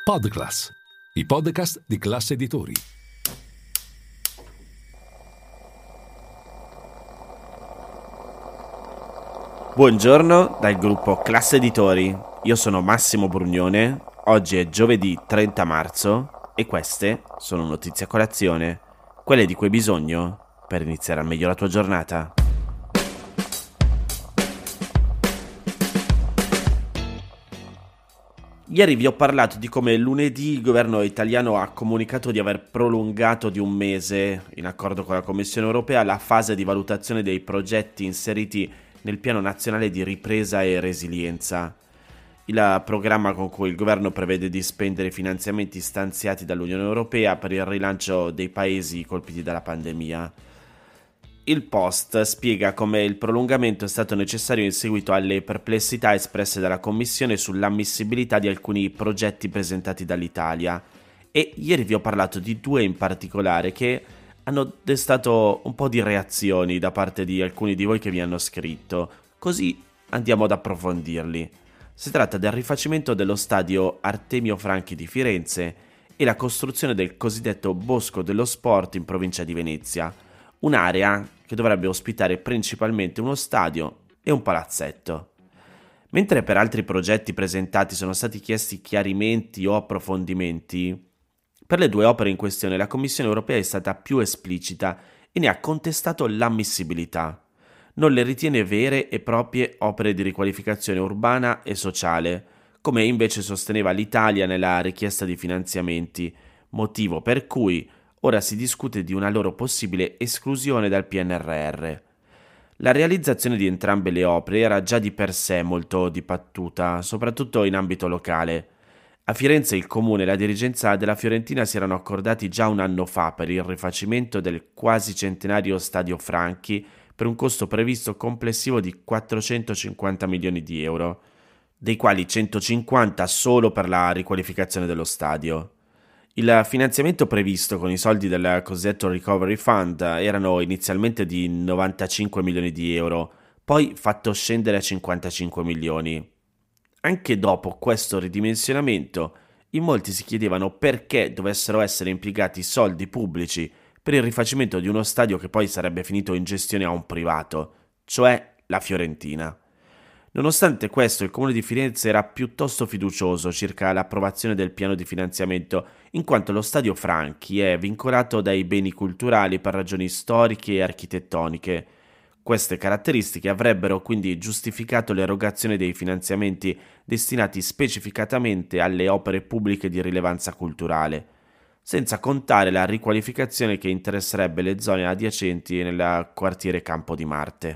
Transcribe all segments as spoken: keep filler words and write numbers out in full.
Podclass, i podcast di Classe Editori. Buongiorno dal gruppo Classe Editori, io sono Massimo Brugnone, oggi è giovedì trenta marzo e queste sono notizie a colazione, quelle di cui hai bisogno per iniziare al meglio la tua giornata. Ieri vi ho parlato di come lunedì il governo italiano ha comunicato di aver prolungato di un mese, in accordo con la Commissione europea, la fase di valutazione dei progetti inseriti nel Piano Nazionale di Ripresa e Resilienza, il programma con cui il governo prevede di spendere finanziamenti stanziati dall'Unione Europea per il rilancio dei paesi colpiti dalla pandemia. Il Post spiega come il prolungamento è stato necessario in seguito alle perplessità espresse dalla Commissione sull'ammissibilità di alcuni progetti presentati dall'Italia e ieri vi ho parlato di due in particolare che hanno destato un po' di reazioni da parte di alcuni di voi che vi hanno scritto, così andiamo ad approfondirli. Si tratta del rifacimento dello stadio Artemio Franchi di Firenze e la costruzione del cosiddetto Bosco dello Sport in provincia di Venezia, un'area che dovrebbe ospitare principalmente uno stadio e un palazzetto. Mentre per altri progetti presentati sono stati chiesti chiarimenti o approfondimenti, per le due opere in questione la Commissione europea è stata più esplicita e ne ha contestato l'ammissibilità. Non le ritiene vere e proprie opere di riqualificazione urbana e sociale, come invece sosteneva l'Italia nella richiesta di finanziamenti, motivo per cui ora si discute di una loro possibile esclusione dal P N R R. La realizzazione di entrambe le opere era già di per sé molto dibattuta, soprattutto in ambito locale. A Firenze il Comune e la dirigenza della Fiorentina si erano accordati già un anno fa per il rifacimento del quasi centenario Stadio Franchi per un costo previsto complessivo di quattrocentocinquanta milioni di euro, dei quali centocinquanta solo per la riqualificazione dello stadio. Il finanziamento previsto con i soldi del cosiddetto Recovery Fund erano inizialmente di novantacinque milioni di euro, poi fatto scendere a cinquantacinque milioni. Anche dopo questo ridimensionamento, in molti si chiedevano perché dovessero essere impiegati soldi pubblici per il rifacimento di uno stadio che poi sarebbe finito in gestione a un privato, cioè la Fiorentina. Nonostante questo, il Comune di Firenze era piuttosto fiducioso circa l'approvazione del piano di finanziamento, in quanto lo Stadio Franchi è vincolato dai beni culturali per ragioni storiche e architettoniche. Queste caratteristiche avrebbero quindi giustificato l'erogazione dei finanziamenti destinati specificatamente alle opere pubbliche di rilevanza culturale, senza contare la riqualificazione che interesserebbe le zone adiacenti nel quartiere Campo di Marte.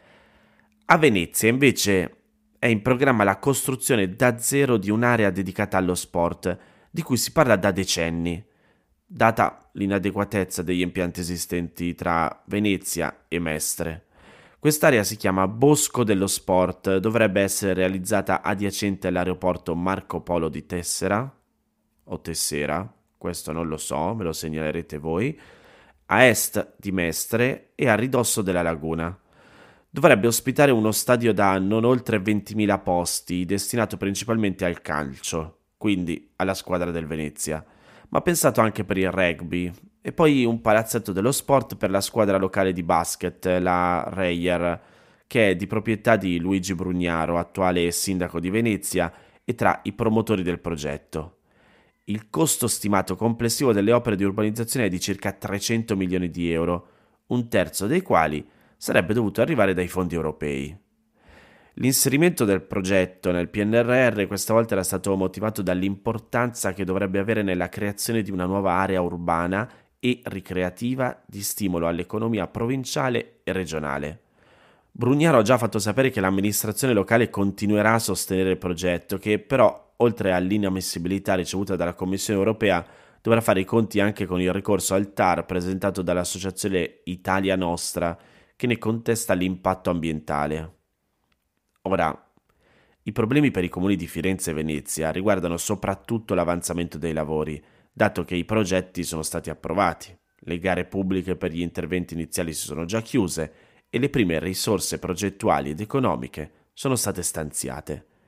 A Venezia, invece, è in programma la costruzione da zero di un'area dedicata allo sport, di cui si parla da decenni, data l'inadeguatezza degli impianti esistenti tra Venezia e Mestre. Quest'area si chiama Bosco dello Sport, dovrebbe essere realizzata adiacente all'aeroporto Marco Polo di Tessera, o Tessera, questo non lo so, me lo segnalerete voi, a est di Mestre e a ridosso della laguna. Dovrebbe ospitare uno stadio da non oltre ventimila posti, destinato principalmente al calcio, quindi alla squadra del Venezia, ma pensato anche per il rugby, e poi un palazzetto dello sport per la squadra locale di basket, la Reyer, che è di proprietà di Luigi Brugnaro, attuale sindaco di Venezia, e tra i promotori del progetto. Il costo stimato complessivo delle opere di urbanizzazione è di circa trecento milioni di euro, un terzo dei quali sarebbe dovuto arrivare dai fondi europei. L'inserimento del progetto nel P N R R questa volta era stato motivato dall'importanza che dovrebbe avere nella creazione di una nuova area urbana e ricreativa di stimolo all'economia provinciale e regionale. Brugnaro ha già fatto sapere che l'amministrazione locale continuerà a sostenere il progetto, che però, oltre all'inammissibilità ricevuta dalla Commissione europea, dovrà fare i conti anche con il ricorso al T A R presentato dall'associazione Italia Nostra, che ne contesta l'impatto ambientale. Ora, i problemi per i comuni di Firenze e Venezia riguardano soprattutto l'avanzamento dei lavori, dato che i progetti sono stati approvati, le gare pubbliche per gli interventi iniziali si sono già chiuse e le prime risorse progettuali ed economiche sono state stanziate.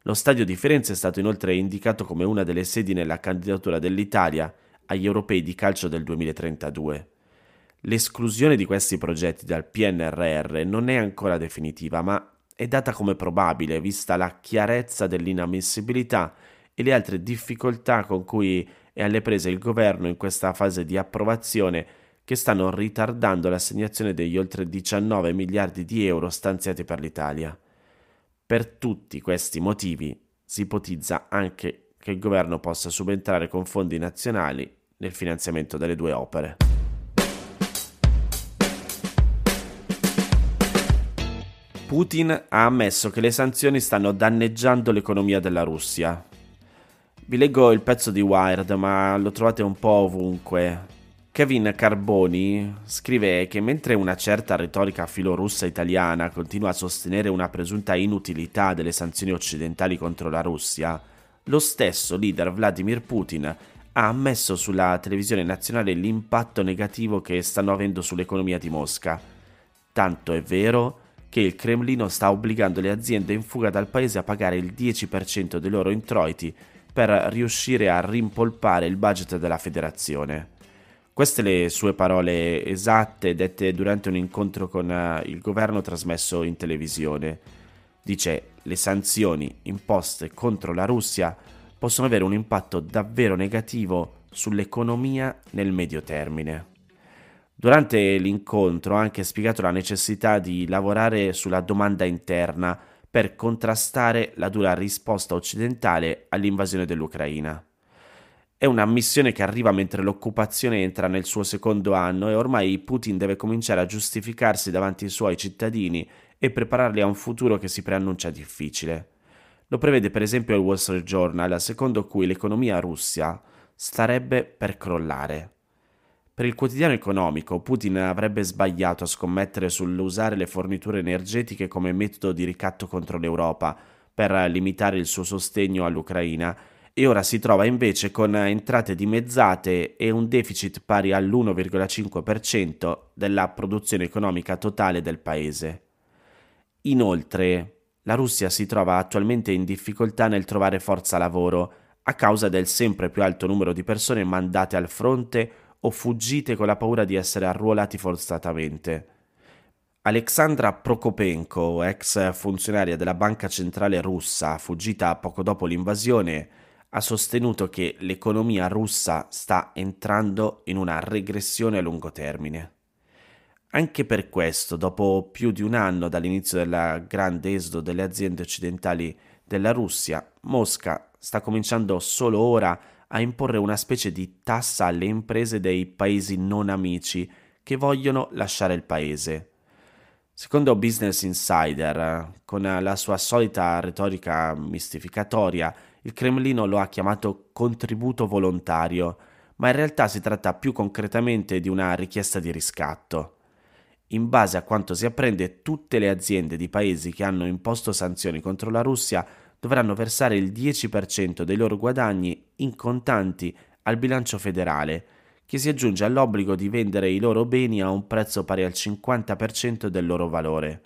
Lo stadio di Firenze è stato inoltre indicato come una delle sedi nella candidatura dell'Italia agli europei di calcio del duemilatrentadue. L'esclusione di questi progetti dal P N R R non è ancora definitiva, ma è data come probabile, vista la chiarezza dell'inammissibilità e le altre difficoltà con cui è alle prese il governo in questa fase di approvazione, che stanno ritardando l'assegnazione degli oltre diciannove miliardi di euro stanziati per l'Italia. Per tutti questi motivi si ipotizza anche che il governo possa subentrare con fondi nazionali nel finanziamento delle due opere. Putin ha ammesso che le sanzioni stanno danneggiando l'economia della Russia. Vi leggo il pezzo di Wired, ma lo trovate un po' ovunque. Kevin Carboni scrive che mentre una certa retorica filorussa italiana continua a sostenere una presunta inutilità delle sanzioni occidentali contro la Russia, lo stesso leader Vladimir Putin ha ammesso sulla televisione nazionale l'impatto negativo che stanno avendo sull'economia di Mosca. Tanto è vero che il Cremlino sta obbligando le aziende in fuga dal paese a pagare il dieci per cento dei loro introiti per riuscire a rimpolpare il budget della federazione. Queste le sue parole esatte, dette durante un incontro con il governo trasmesso in televisione. Dice: le sanzioni imposte contro la Russia possono avere un impatto davvero negativo sull'economia nel medio termine. Durante l'incontro ha anche spiegato la necessità di lavorare sulla domanda interna per contrastare la dura risposta occidentale all'invasione dell'Ucraina. È una missione che arriva mentre l'occupazione entra nel suo secondo anno e ormai Putin deve cominciare a giustificarsi davanti ai suoi cittadini e prepararli a un futuro che si preannuncia difficile. Lo prevede per esempio il Wall Street Journal, secondo cui l'economia russa starebbe per crollare. Per il quotidiano economico, Putin avrebbe sbagliato a scommettere sull'usare le forniture energetiche come metodo di ricatto contro l'Europa per limitare il suo sostegno all'Ucraina, e ora si trova invece con entrate dimezzate e un deficit pari all'uno virgola cinque per cento della produzione economica totale del paese. Inoltre, la Russia si trova attualmente in difficoltà nel trovare forza lavoro a causa del sempre più alto numero di persone mandate al fronte o fuggite con la paura di essere arruolati forzatamente. Alexandra Prokopenko, ex funzionaria della Banca Centrale russa, fuggita poco dopo l'invasione, ha sostenuto che l'economia russa sta entrando in una regressione a lungo termine. Anche per questo, dopo più di un anno dall'inizio del grande esodo delle aziende occidentali della Russia, Mosca sta cominciando solo ora a imporre una specie di tassa alle imprese dei paesi non amici che vogliono lasciare il paese. Secondo Business Insider, con la sua solita retorica mistificatoria, il Cremlino lo ha chiamato contributo volontario, ma in realtà si tratta più concretamente di una richiesta di riscatto. In base a quanto si apprende, tutte le aziende di paesi che hanno imposto sanzioni contro la Russia dovranno versare il dieci per cento dei loro guadagni in contanti al bilancio federale, che si aggiunge all'obbligo di vendere i loro beni a un prezzo pari al cinquanta per cento del loro valore.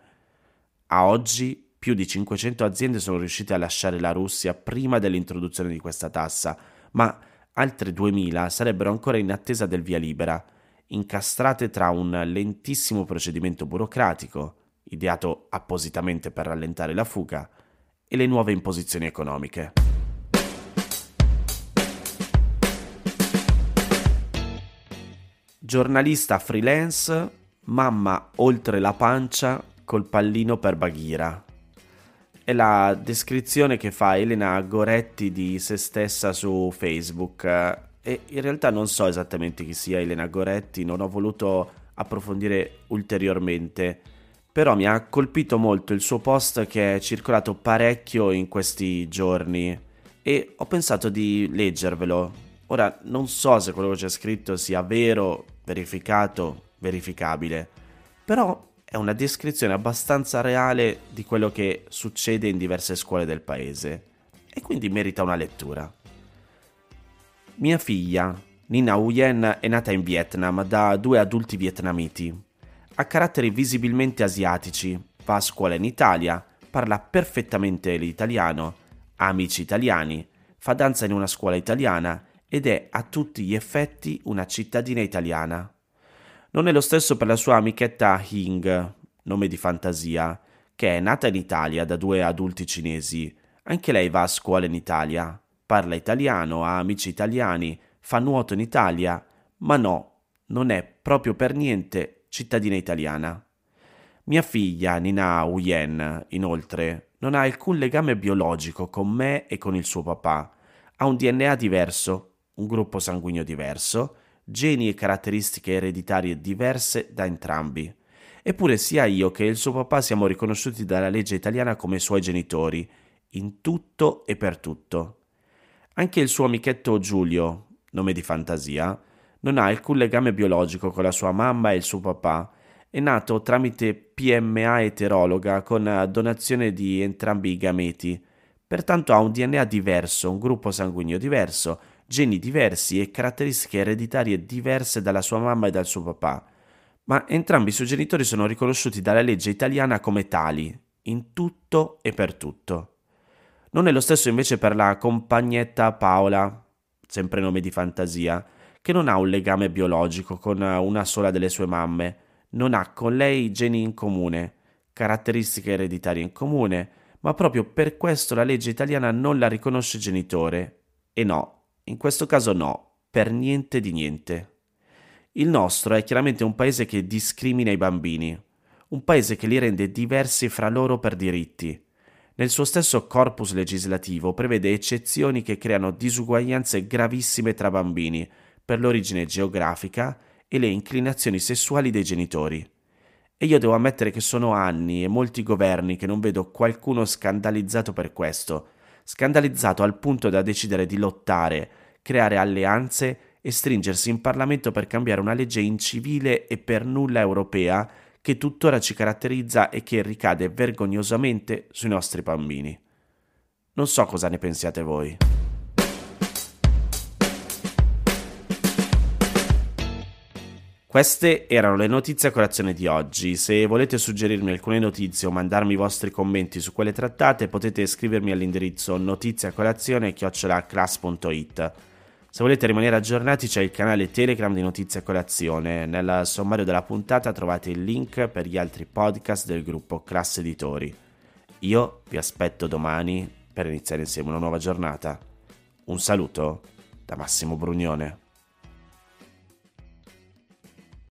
A oggi più di cinquecento aziende sono riuscite a lasciare la Russia prima dell'introduzione di questa tassa, ma altre duemila sarebbero ancora in attesa del via libera, incastrate tra un lentissimo procedimento burocratico, ideato appositamente per rallentare la fuga, e le nuove imposizioni economiche. Giornalista freelance, mamma oltre la pancia col pallino per Bagheera. È la descrizione che fa Elena Goretti di se stessa su Facebook, e in realtà non so esattamente chi sia Elena Goretti, non ho voluto approfondire ulteriormente, però mi ha colpito molto il suo post che è circolato parecchio in questi giorni e ho pensato di leggervelo. Ora non so se quello che c'è scritto sia vero, verificato, verificabile, però è una descrizione abbastanza reale di quello che succede in diverse scuole del paese e quindi merita una lettura. Mia figlia, Nina Nguyen, è nata in Vietnam da due adulti vietnamiti. Ha caratteri visibilmente asiatici, va a scuola in Italia, parla perfettamente l'italiano, ha amici italiani, fa danza in una scuola italiana ed è a tutti gli effetti una cittadina italiana. Non è lo stesso per la sua amichetta Hing, nome di fantasia, che è nata in Italia da due adulti cinesi. Anche lei va a scuola in Italia, parla italiano, ha amici italiani, fa nuoto in Italia, ma no, non è proprio per niente cittadina italiana. Mia figlia, Nina Huyen, inoltre, non ha alcun legame biologico con me e con il suo papà. Ha un D N A diverso, un gruppo sanguigno diverso, geni e caratteristiche ereditarie diverse da entrambi. Eppure sia io che il suo papà siamo riconosciuti dalla legge italiana come suoi genitori, in tutto e per tutto. Anche il suo amichetto Giulio, nome di fantasia, non ha alcun legame biologico con la sua mamma e il suo papà. È nato tramite P M A eterologa con donazione di entrambi i gameti. Pertanto ha un D N A diverso, un gruppo sanguigno diverso, geni diversi e caratteristiche ereditarie diverse dalla sua mamma e dal suo papà. Ma entrambi i suoi genitori sono riconosciuti dalla legge italiana come tali, in tutto e per tutto. Non è lo stesso invece per la compagnetta Paola, sempre nome di fantasia, che non ha un legame biologico con una sola delle sue mamme, non ha con lei geni in comune, caratteristiche ereditarie in comune, ma proprio per questo la legge italiana non la riconosce genitore. E no, in questo caso no, per niente di niente. Il nostro è chiaramente un paese che discrimina i bambini, un paese che li rende diversi fra loro per diritti. Nel suo stesso corpus legislativo prevede eccezioni che creano disuguaglianze gravissime tra bambini per l'origine geografica e le inclinazioni sessuali dei genitori. E io devo ammettere che sono anni e molti governi che non vedo qualcuno scandalizzato per questo, scandalizzato al punto da decidere di lottare, creare alleanze e stringersi in Parlamento per cambiare una legge incivile e per nulla europea che tuttora ci caratterizza e che ricade vergognosamente sui nostri bambini. Non so cosa ne pensiate voi. Queste erano le notizie a colazione di oggi. Se volete suggerirmi alcune notizie o mandarmi i vostri commenti su quelle trattate, potete scrivermi all'indirizzo notiziacolazione chiocciola class punto it. Se volete rimanere aggiornati c'è il canale Telegram di Notizie a Colazione. Nel sommario della puntata trovate il link per gli altri podcast del gruppo Class Editori. Io vi aspetto domani per iniziare insieme una nuova giornata. Un saluto da Massimo Brugnone.